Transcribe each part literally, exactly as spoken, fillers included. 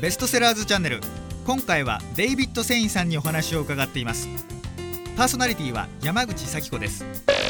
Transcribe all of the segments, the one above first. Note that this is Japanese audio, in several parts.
ベストセラーズチャンネル。今回はデイビッド・セインさんにお話を伺っています。パーソナリティは山口咲子です。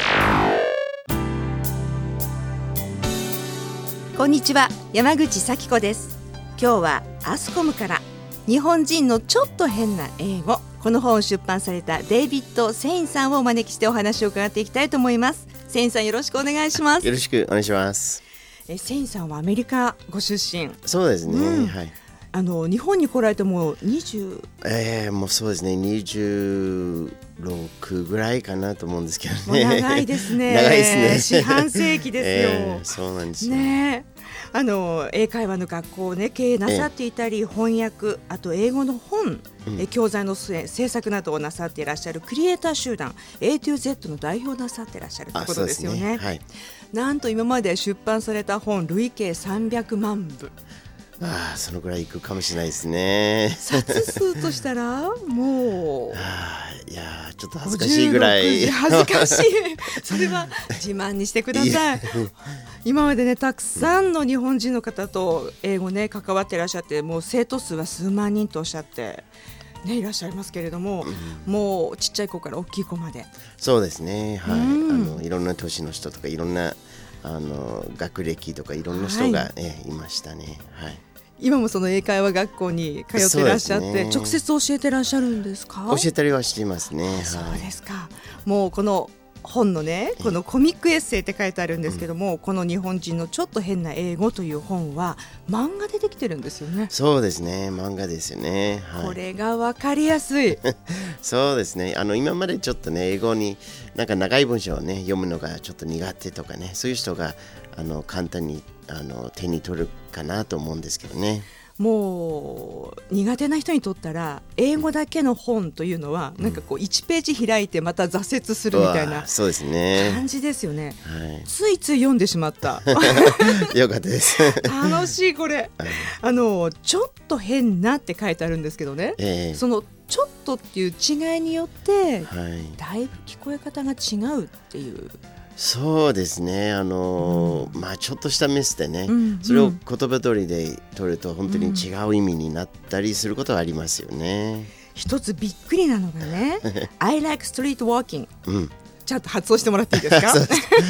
こんにちは、山口咲子です。今日はアスコムから日本人のちょっと変な英語、この本を出版されたデイビッド・セインさんをお招きしてお話を伺っていきたいと思います。セインさん、よろしくお願いします。 よろしくお願いします。 えセインさんはアメリカご出身。 そうですね、うん、はい。 あの日本に来られてもうにじゅうえー、もうそうですね、にじゅうろくぐらいかなと思うんですけどね。 もう長いですね。 長いですね。 四半世紀ですよ、 えー、そうなんですよね。あの英会話の学校を、ね、経営なさっていたり、えー、翻訳、あと英語の本、うん、教材の制作などをなさっていらっしゃるクリエイター集団 エートゥーゼット の代表なさっていらっしゃるということですよね。 そうですね、はい。 なんと今まで出版された本累計さんびゃくまんぶ。 ああ、そのぐらいいくかもしれないですね。 冊数としたらもうあいやちょっと恥ずかしいぐらい。 恥ずかしい。それは自慢にしてください。今までね、たくさんの日本人の方と英語ね関わっていらっしゃって、もう生徒数は数万人とおっしゃってね、いらっしゃいますけれども、うん、もうちっちゃい子から大きい子まで。 そうですね、はい。うん、あのいろんな年の人とかいろんなあの学歴とかいろんな人が、はい、えいましたね、はい。 今もその英会話学校に通ってらっしゃって、ね、直接教えてらっしゃるんですか？ 教えたりはしていますね。 そうですか、はい。もうこの本のね、このコミックエッセイって書いてあるんですけども、うん、この日本人のちょっと変な英語という本は漫画でできてるんですよね。 そうですね、漫画ですよね、はい。 これが分かりやすい。 そうですね、あの今までちょっとね英語になんか長い文章をね読むのがちょっと苦手とかね、そういう人があの簡単にあの手に取るかなと思うんですけどね。 もう苦手な人にとったら英語だけの本というのは、うん、なんかこういちページ開いてまた挫折するみたいな感じですよね。はい、ついつい読んでしまった。 よかったです。 楽しいこれ。あのちょっと変なって書いてあるんですけどね、えー、そのちょっとっていう違いによって、はい、だいぶ聞こえ方が違うっていう。 そうですね、あのーうん、まあちょっとしたミスでね、うんうん、それを言葉通りで取ると本当に違う意味になったりすることはありますよね。 一つびっくりなのがねI like street walking、うん、ちゃんと発音してもらっていいですか？ そうです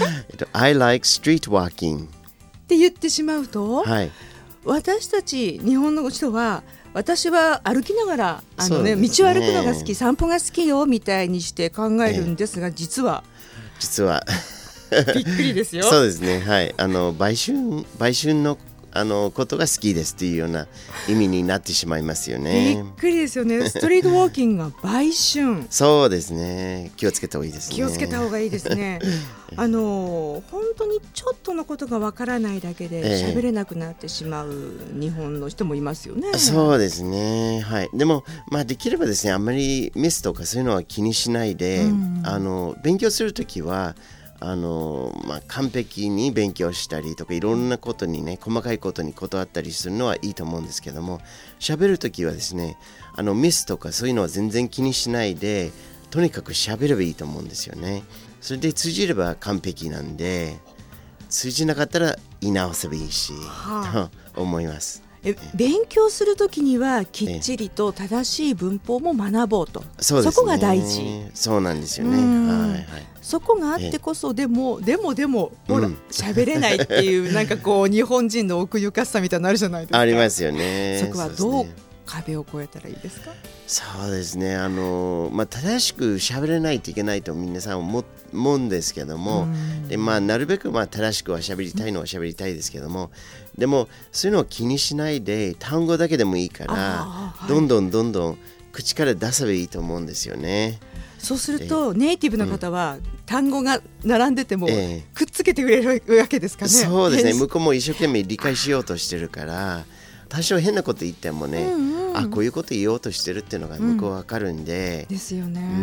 。I like street walking って言ってしまうと、はい、私たち日本の人は私は歩きながらあの、ねね、道を歩くのが好き、散歩が好きよみたいにして考えるんですが、えー、実は実はびっくりですよ。 そうですね、はい。あの売春売春のあのことが好きですというような意味になってしまいますよね。 びっくりですよね。ストリートウォーキングが売春。 そうですね、気をつけた方がいいですね。 気をつけた方がいいですね。あの本当にちょっとのことがわからないだけで喋れなくなってしまう日本の人もいますよね。 ええ、そうですね、はい。でも、まあ、できればですね、あんまりミスとかそういうのは気にしないで、うん、あの勉強するときはあのまあ、完璧に勉強したりとかいろんなことにね、細かいことに断ったりするのはいいと思うんですけども、喋るときはですね、あのミスとかそういうのは全然気にしないで、とにかく喋ればいいと思うんですよね。それで通じれば完璧なんで、通じなかったら言い直せばいいし、はあ、と思います。 え勉強するときにはきっちりと正しい文法も学ぼうと、 そうですね、 そこが大事。 そうなんですよね、はいはい。 そこがあってこそ、でもでもでもほら喋、うん、れないっていうなんかこう日本人の奥ゆかしさみたいなのあるじゃないですか。 ありますよね。 そこはどう壁を越えたらいいですか？ そうですね、あの、まあ、正しく喋れないといけないと皆さん思うんですけども、で、まあ、なるべくまあ正しくは喋りたいのは喋りたいですけども、でもそういうのを気にしないで単語だけでもいいから、はい、どんどんどんどん口から出せばいいと思うんですよね。 そうするとネイティブの方は、うん、単語が並んでてもくっつけてくれるわけですかね。 そうですね、向こうも一生懸命理解しようとしてるから多少変なこと言ってもね、うんうん、あこういうこと言おうとしてるっていうのが向こうわかるんで、 うん、ですよね、 うん、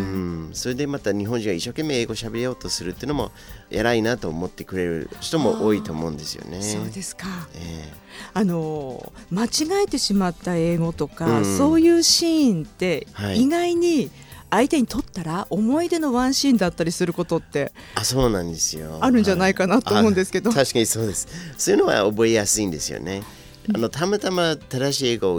それでまた日本人が一生懸命英語喋れようとするっていうのも偉いなと思ってくれる人も多いと思うんですよね。 そうですか、えー、あの間違えてしまった英語とか、うん、そういうシーンって意外に相手にとったら思い出のワンシーンだったりすることってあそうなんですよ、 あるんじゃないかなと思うんですけど、 確かにそうです。そういうのは覚えやすいんですよね。あのたまたま正しい英語を言っ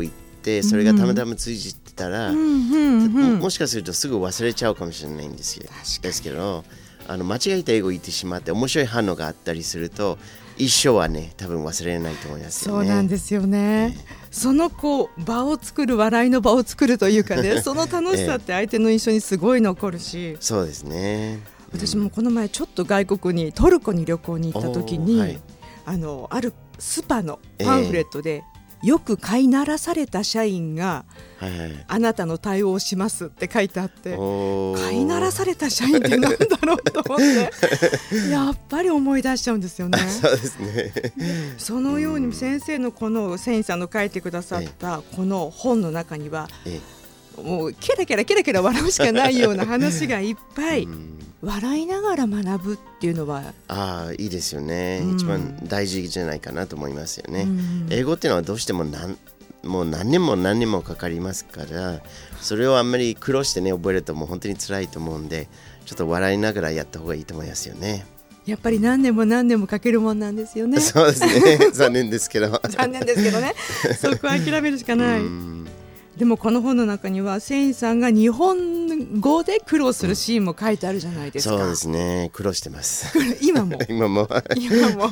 てそれがたまたま通じてたら、 うんうんうん、 も, もしかするとすぐ忘れちゃうかもしれないんですよ。ですけどあの間違えた英語を言ってしまって面白い反応があったりすると一生はね多分忘れないと思いますよね。 そうなんですよね、ねそのこう場を作る笑いの場を作るというかねその楽しさって相手の印象にすごい残るし、 ええ、そうですね、 うん、私もこの前ちょっと外国にトルコに旅行に行った時に、はい、あのあるスパのパンフレットで、ええ、よく飼いならされた社員が、はいはい、あなたの対応をしますって書いてあって飼いならされた社員ってなんだろうと思ってやっぱり思い出しちゃうんですよね。 そうですねそのように先生のこの繊維さんの書いてくださったこの本の中には、ええ、もうキラキラキラキラ笑うしかないような話がいっぱい笑いながら学ぶっていうのはああいいですよね、うん、一番大事じゃないかなと思いますよね、うん、英語っていうのはどうしても何もう何年も何年もかかりますからそれをあんまり苦労してね覚えるともう本当に辛いと思うんでちょっと笑いながらやった方がいいと思いますよね。 やっぱり何年も何年もかけるもんなんですよね。 そうですね残念ですけど残念ですけどねそこは諦めるしかない。うんでもこの本の中には繊維さんが日本語で苦労するシーンも書いてあるじゃないですか、うん、 そうですね苦労してます今も今も今も、はい、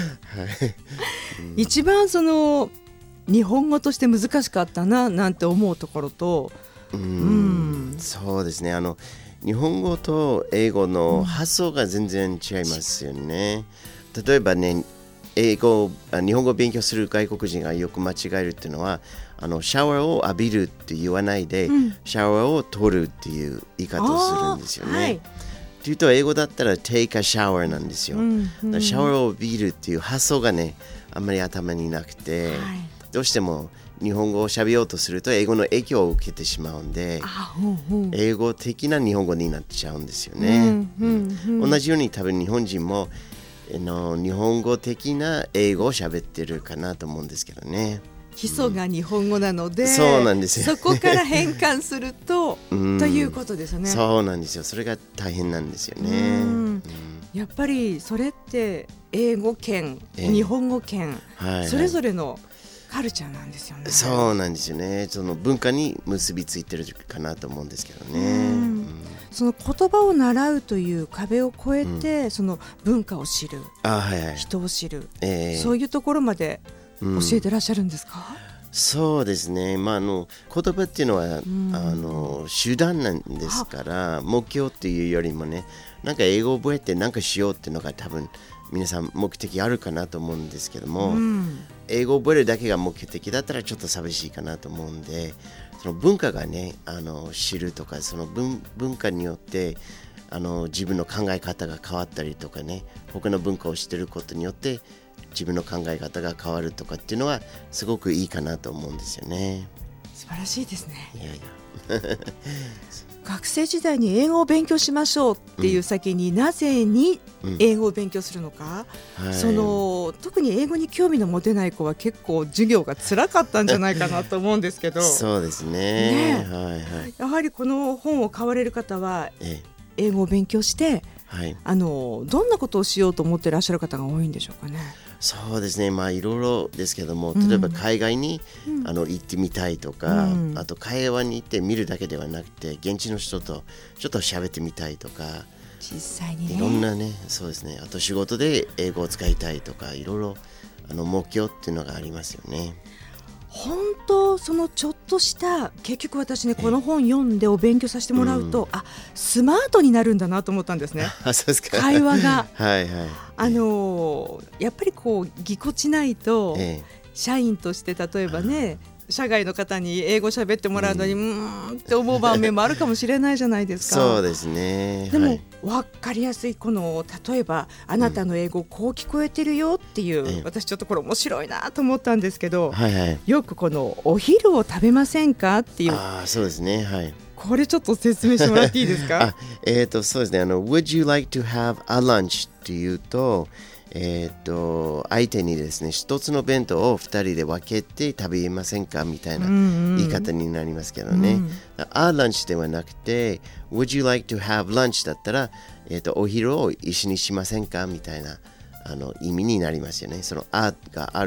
一番その日本語として難しかったななんて思うところとうん、うん、そうですねあの日本語と英語の発想が全然違いますよね、うん、例えばね英語日本語を勉強する外国人がよく間違えるっていうのはあのシャワーを浴びるって言わないで、うん、シャワーを取るっていう言い方をするんですよね、はい、っていうと英語だったら take a shower なんですよ、うんうん、シャワーを浴びるっていう発想がねあんまり頭になくて、はい、どうしても日本語を喋ろうとすると英語の影響を受けてしまうんで、うんうん、英語的な日本語になっちゃうんですよね、うんうんうん、同じように多分日本人もの日本語的な英語を喋ってるかなと思うんですけどね。 基礎が日本語なので、 うん、そうなんですよそこから変換するとということですね。 そうなんですよそれが大変なんですよね、うん、 やっぱりそれって英語圏、えー、日本語圏、はいはい、それぞれのカルチャーなんですよね。 そうなんですよねその文化に結びついてるかなと思うんですけどね、うんうんその言葉を習うという壁を越えて、うん、その文化を知るあ、はいはい、 人を知る、 えー、 そういうところまで教えてらっしゃるんですか？うん、 そうですね、まあ、あの言葉っていうのは、うん、あの手段なんですから目標っていうよりもねなんか英語を覚えてなんかしようっていうのが多分皆さん目的あるかなと思うんですけども、うん、英語を覚えるだけが目的だったらちょっと寂しいかなと思うんでその文化がねあの知るとかその 文, 文化によってあの自分の考え方が変わったりとかね他の文化を知ってることによって自分の考え方が変わるとかっていうのはすごくいいかなと思うんですよね。 素晴らしいですね。 いやいや学生時代に英語を勉強しましょうっていう先に、うん、なぜに英語を勉強するのか、うんはい、その特に英語に興味の持てない子は結構授業が辛かったんじゃないかなと思うんですけどそうです ね, ね、はいはい、 やはりこの本を買われる方は英語を勉強して、はい、あのどんなことをしようと思っていらっしゃる方が多いんでしょうかね。 そうですねまあいろいろですけども例えば海外に、うん、あの行ってみたいとか、うん、あと会話に行って見るだけではなくて現地の人とちょっと喋ってみたいとか実際にねいろんなねそうですねあと仕事で英語を使いたいとかいろいろあの目標っていうのがありますよね。 本当そのちょっとした結局私ねこの本読んでお勉強させてもらうと、うん、あスマートになるんだなと思ったんですねあそうですか会話がはい、はいあのー、やっぱりこうぎこちないと、ええ、社員として例えばね社外の方に英語喋ってもらうのに、うん、うーんって思う場面もあるかもしれないじゃないですかそうですねでも、はい、分かりやすいこの例えばあなたの英語こう聞こえてるよっていう、うん、私ちょっとこれ面白いなと思ったんですけど、はいはい、よくこのお昼を食べませんかっていうあそうですねはいこれちょっと説明してもらっていいですかあ、えー、とそうですねあの Would you like to have a lunch っていうとえー、と相手にですね一つの弁当をふたりで分けて食べませんかみたいな言い方になりますけどね、うんうん、A lunch ではなくて Would you like to have lunch だったら、えー、とお昼を一緒にしませんかみたいなあの意味になりますよね。その A がある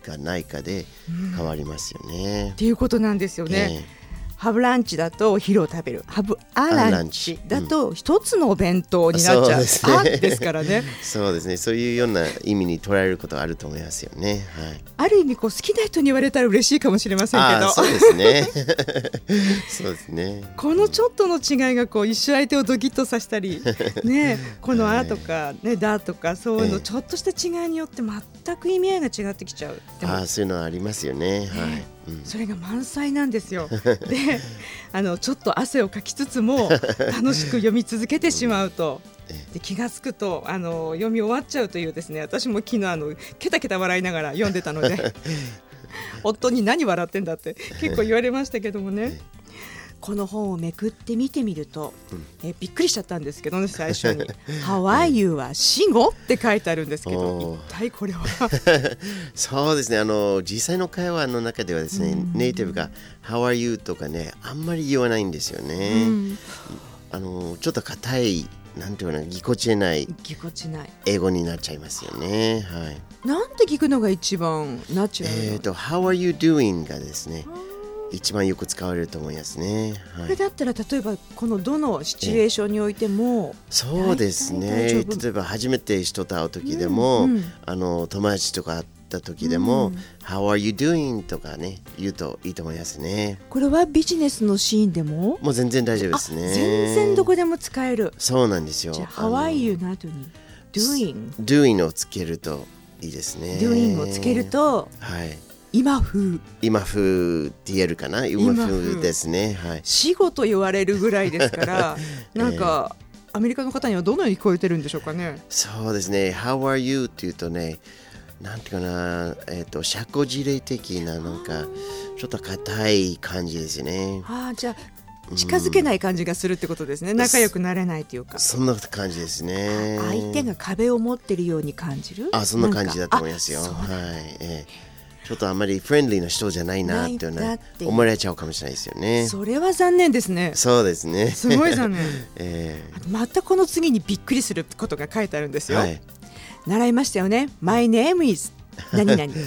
かないかで変わりますよね。 っていうことなんですよね。えーハブランチだとお昼を食べる、ハブアランチだと一つのお弁当になっちゃう、うん、そうですね、あですからねそうですね、そういうような意味に捉えることあると思いますよね、はい、 ある意味こう好きな人に言われたら嬉しいかもしれませんけど、 あそうですねそうですね、 このちょっとの違いがこう一瞬相手をドキッとさせたりね、このあとか、ね、だとかそういうのちょっとした違いによって全く意味合いが違ってきちゃう。でもあそういうのありますよね、はい、 うん、それが満載なんですよ。であのちょっと汗をかきつつも楽しく読み続けてしまうと、で気がつくとあの読み終わっちゃうというですね、私も昨日あのケタケタ笑いながら読んでたので夫に何笑ってんだって結構言われましたけどもねこの本をめくって見てみると、うん、えびっくりしちゃったんですけどね、最初にHow are you は死語って書いてあるんですけど、一体これはそうですね、あの実際の会話の中ではですね、うん、ネイティブが How are you とかねあんまり言わないんですよね、うん、あのちょっと硬いなんていうのぎこちないぎこちない英語になっちゃいますよね、はい、 なんて聞くのが一番ナチュラルな、 えーと How are you doing がですね一番よく使われると思いますね、はい、 これだったら例えばこのどのシチュエーションにおいてもそうですね、例えば初めて人と会う時でも、うんうん、あの友達とか会った時でも、うん、How are you doing とかね言うといいと思いますね。 これはビジネスのシーンでももう全然大丈夫ですね。 全然どこでも使える。 そうなんですよ。 じゃあ How are you の後に doing doing をつけるといいですね。 doing をつけると、 はい今風今風って言えるかな、今風ですね、はい、 死語と言われるぐらいですからなんか、えー、アメリカの方にはどのように聞こえてるんでしょうかね。 そうですね How are you っていうとねなんていうかな、えーと、社交辞令的ななんかちょっと硬い感じですね。 ああ、じゃあ近づけない感じがするってことですね、うん、仲良くなれないというか。 そんな感じですね。 相手が壁を持ってるように感じる。 あ、そんな感じだと思いますよ。はい、えーちょっとあまりフレンドリーな人じゃないなっていうのは思われちゃうかもしれないですよね。 それは残念ですね。 そうですね。 すごい残念、 えー、 またこの次にびっくりすることが書いてあるんですよ、はい、習いましたよね。 My name is 何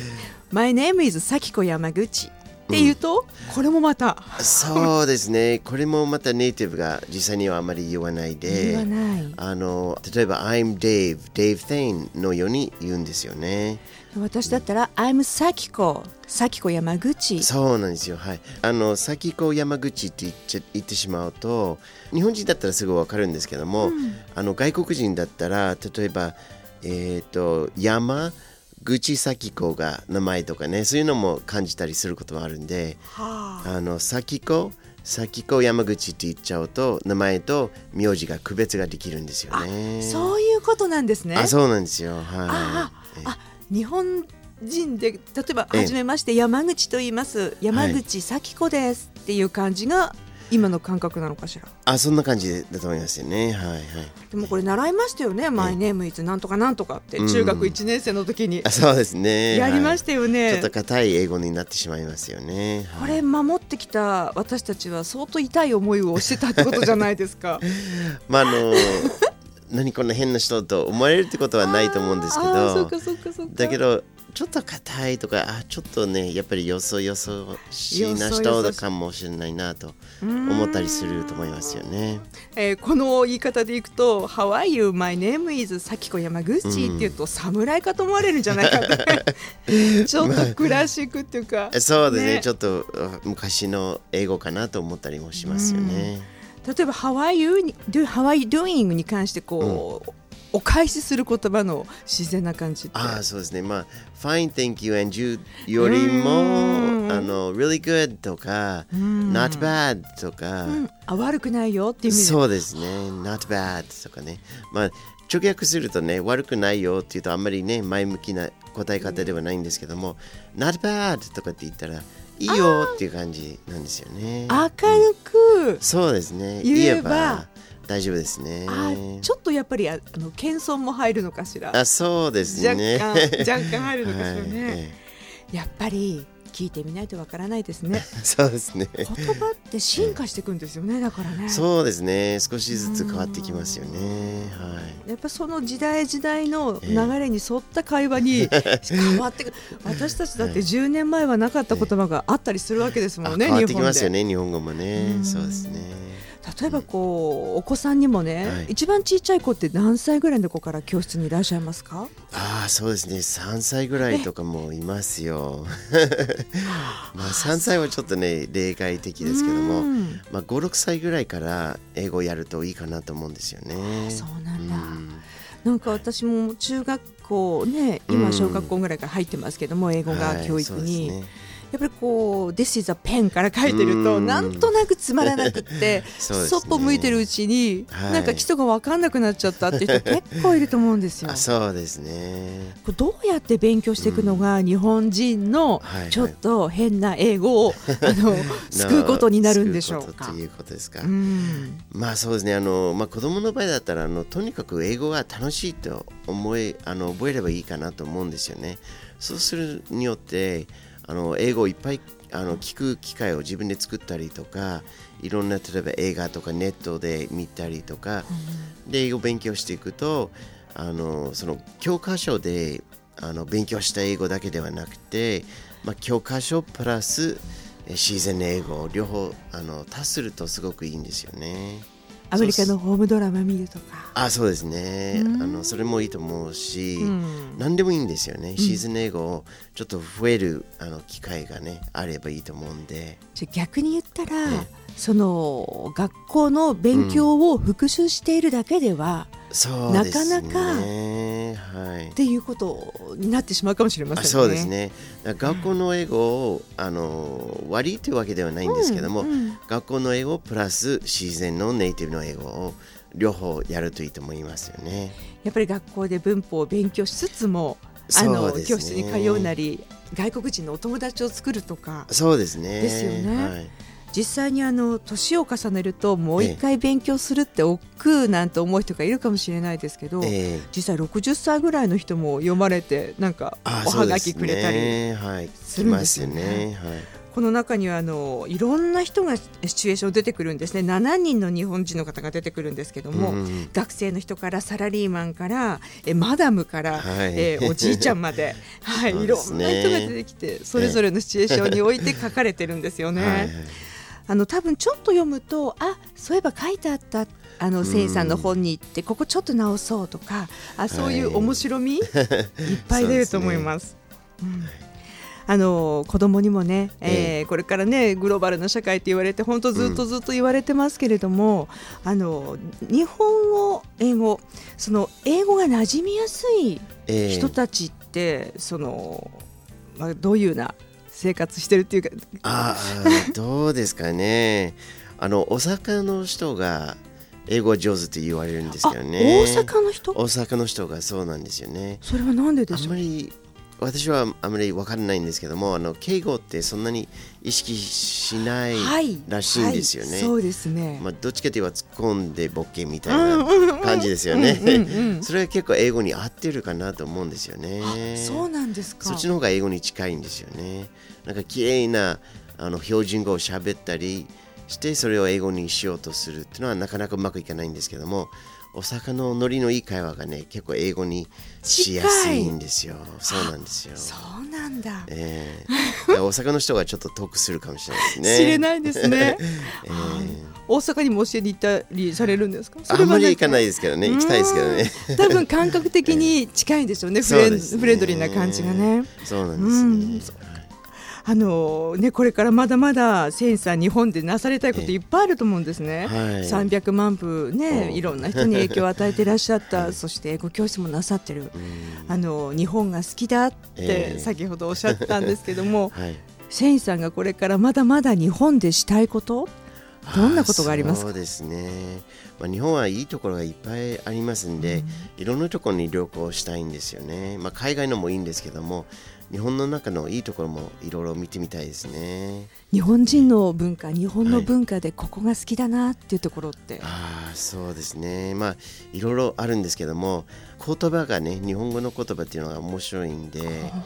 々My name is 咲子山口って言うと、うん、これもまたそうですね、これもまたネイティブが実際にはあまり言わないで、 言わない。 あの例えば I'm Dave Dave Thane のように言うんですよね。 私だったら、うん、I'm 咲子咲子山口。 そうなんですよ、はい、あの咲子山口って言っちゃ言ってしまうと日本人だったらすぐ分かるんですけども、うん、あの外国人だったら例えば、えーと、山口咲子が名前とかね、そういうのも感じたりすることもあるんで、はあ、あの咲子咲子山口って言っちゃうと名前と名字が区別ができるんですよね。 あ、そういうことなんですね。 あ、そうなんですよ、はい、 ああ、日本人で例えばはじめまして山口と言います山口咲子ですっていう感じが今の感覚なのかしら。 あ、そんな感じだと思いますよね、はいはい、 でもこれ習いましたよね、マイネームイズなんとかなんとかって中学いちねん生の時に、 うん、そうですね、 やりましたよね、 はい、ちょっと硬い英語になってしまいますよね、 はい、これ守ってきた私たちは相当痛い思いをしてたってことじゃないですかまああの何こんな変な人と思われるってことはないと思うんですけど、 そうかそうかそうか。 だけどちょっと硬いとか、あ、ちょっとねやっぱりよそよそしいな人だかもしれないなと思ったりすると思いますよね。 えー、この言い方でいくと How are you? My name is 咲子山口って言うと、うん、侍かと思われるんじゃないかってちょっとクラシックっていうか、 まあ、そうですね、ね、ちょっと昔の英語かなと思ったりもしますよね。 例えば How are you? How are you doing? に関してこう、うん、お返しする言葉の自然な感じって。 ああ、そうですね、まあ Fine, thank you and you よりもあの Really good とか Not bad とか、うん、 あ、悪くないよっていう意味で。 そうですね、Not bad とかね、まあ直訳するとね、悪くないよっていうとあんまりね前向きな答え方ではないんですけども、うん、Not bad とかって言ったらいいよっていう感じなんですよね。 明るく、 うん、そうですね、言えば大丈夫ですね。 あ、ちょっとやっぱりあの謙遜も入るのかしら。 あ、そうですね、 若干若干入るのかしらね、 はい、 やっぱり聞いてみないとわからないですね。 そうですね。 言葉って進化していくんですよね。だからね。 そうですね。少しずつ変わってきますよね。はい。 やっぱその時代時代の流れに沿った会話に変わってくる。私たちだってじゅうねんまえはなかった言葉があったりするわけですもんね。 変わってきますよね。日本語もね。そうですね。 例えばこうお子さんにもね、はい、一番ちっちゃい子って何歳ぐらいの子から教室にいらっしゃいますか？ ああ、そうですね。さんさいぐらいとかもいますよ。まあさんさいはちょっとね例外的ですけども、まあご、ろくさいぐらいから英語をやるといいかなと思うんですよね。 そうなんだ。うんなんか私も中学校ね、今小学校ぐらいから入ってますけども、英語が教育に、はいやっぱりこう This is a pen から書いてるとなんとなくつまらなくってそっぽ向いてるうちになんか基礎が分かんなくなっちゃったっていう人結構いると思うんですよ。 そうですね。 どうやって勉強していくのが日本人のちょっと変な英語をあの救うことになるんでしょうか。 ということですか。うんまあそうですね。あのまあ子供の場合だったらあのとにかく英語が楽しいと思いあの覚えればいいかなと思うんですよね。そうするによってあの英語をいっぱいあの聞く機会を自分で作ったりとかいろんな例えば映画とかネットで見たりとか、うん、で英語を勉強していくとあのその教科書であの勉強した英語だけではなくて、まあ、教科書プラス自然英語両方あの足するとすごくいいんですよね。 アメリカのホームドラマ見るとかあそうですね、うん、あのそれもいいと思うし、うん、何でもいいんですよね。シーズン英語をちょっと増えるあの機会がねあればいいと思うんで。 じゃ逆に言ったら、ね、その学校の勉強を復習しているだけでは、うんそうですね、なかなか、はい、っていうことになってしまうかもしれませんね。 そうですね。学校の英語をあの悪いというわけではないんですけども、うんうん、学校の英語プラス自然のネイティブの英語を両方やるといいと思いますよね。 やっぱり学校で文法を勉強しつつもあの、ね、教室に通うなり外国人のお友達を作るとかそうですね。 ですよね。 はい実際にあの年を重ねるともう一回勉強するって億劫なんて思う人がいるかもしれないですけど、ええ、実際ろくじゅっさいぐらいの人も読まれてなんかおはがきくれたりするんですよね。はい、はい、この中にはあのいろんな人がシチュエーション出てくるんですね。ななにんの日本人の方が出てくるんですけども、うん、学生の人からサラリーマンからえマダムから、はいえー、おじいちゃんまで、はい、いろんな人が出てきてそれぞれのシチュエーションにおいて書かれてるんですよね。はいはいあの多分ちょっと読むとあそういえば書いてあったあのセイさんの本に行ってここちょっと直そうとかあそういう面白み、はい、いっぱい出ると思います。うん、あの子供にもね、えー、これからねグローバルな社会って言われて本当ずっとずっと言われてますけれども、うん、あの日本語英語その英語が馴染みやすい人たちって、えー、その、まあ、どういうな生活してるっていうかああどうですかね。あの大阪の人が英語は上手って言われるんですけどね。 大阪の人大阪の人がそうなんですよね。 それはなんででしょう。 あんまり私はあまり分からないんですけどもあの敬語ってそんなに意識しないらしいんですよね。 はいはい、そうですね、 まあ、どっちかといえば突っ込んでボケみたいな感じですよね。それは結構英語に合ってるかなと思うんですよね。 そうなんですか。 そっちの方が英語に近いんですよね。なんか綺麗なあの標準語を喋ったりしてそれを英語にしようとするっていうのはなかなかうまくいかないんですけども大阪のノリのいい会話がね結構英語にしやすいんですよ。そうなんですよ。 そうなんだ、 えー、大阪の人がちょっと得するかもしれないですね。 知れないですね、えー、大阪にも教えに行ったりされるんですか。 それはあんまり行かないですけどね。行きたいですけどね。 多分感覚的に近いんでしょうね、えー、フレン、ね、フレンドリーな感じがね。 そうなんですね、うんあのね、これからまだまだセインさん日本でなされたいこといっぱいあると思うんですね、はい、さんびゃくまんぶ、ね、いろんな人に影響を与えていらっしゃった、はい、そして英語教室もなさってる、あの日本が好きだって先ほどおっしゃったんですけども、はい、セインさんがこれからまだまだ日本でしたいことどんなことがありますか。 そうですね、まあ、日本はいいところがいっぱいありますんで、うん、いろんなところに旅行したいんですよね、まあ、海外のもいいんですけども日本の中のいいところもいろいろ見てみたいですね。 日本人の文化、日本の文化でここが好きだなっていうところって、はい、 あそうですね、まあいろいろあるんですけども言葉がね日本語の言葉っていうのが面白いんで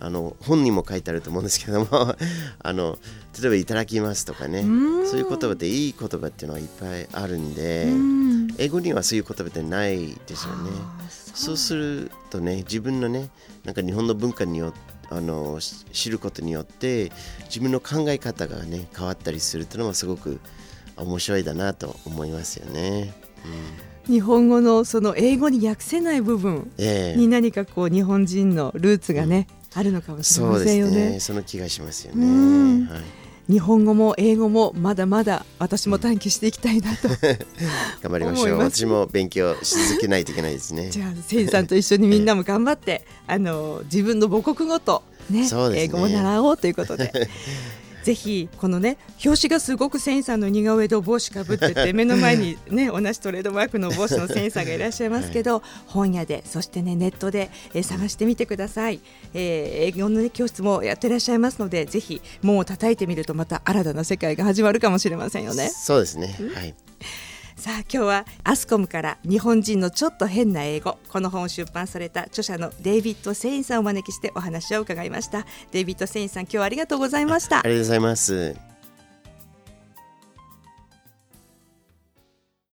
あの本にも書いてあると思うんですけどもあの例えばいただきますとかね、そういう言葉でいい言葉っていうのはいっぱいあるんで、ん英語にはそういう言葉ってないですよね。そうするとね、自分のねなんか日本の文化によってあの知ることによって自分の考え方がね変わったりするっていうのもすごく面白いだなと思いますよね。 うん、日本語のその英語に訳せない部分に何かこう日本人のルーツがね、うん、あるのかもしれませんよね。 そうですね、その気がしますよね。はい、 日本語も英語もまだまだ私も探求していきたいなと頑張りましょう。私も勉強し続けないといけないですね。 じゃあせいさんと一緒にみんなも頑張って、あの自分の母国語と、ねね、英語を習おうということでぜひこのね表紙がすごくセインさんの似顔絵で帽子かぶってて目の前にね同じトレードマークの帽子のセインさんがいらっしゃいますけど、はい、本屋でそしてねネットで、えー、探してみてください。えー、英語の、ね、教室もやってらっしゃいますのでぜひ門を叩いてみるとまた新たな世界が始まるかもしれませんよね。 そうですね、はい。 さあ今日はアスコムから日本人のちょっと変な英語、この本を出版された著者のデイビッド・セインさんをお招きしてお話を伺いました。デイビッド・セインさん、今日はありがとうございました。 ありがとうございます。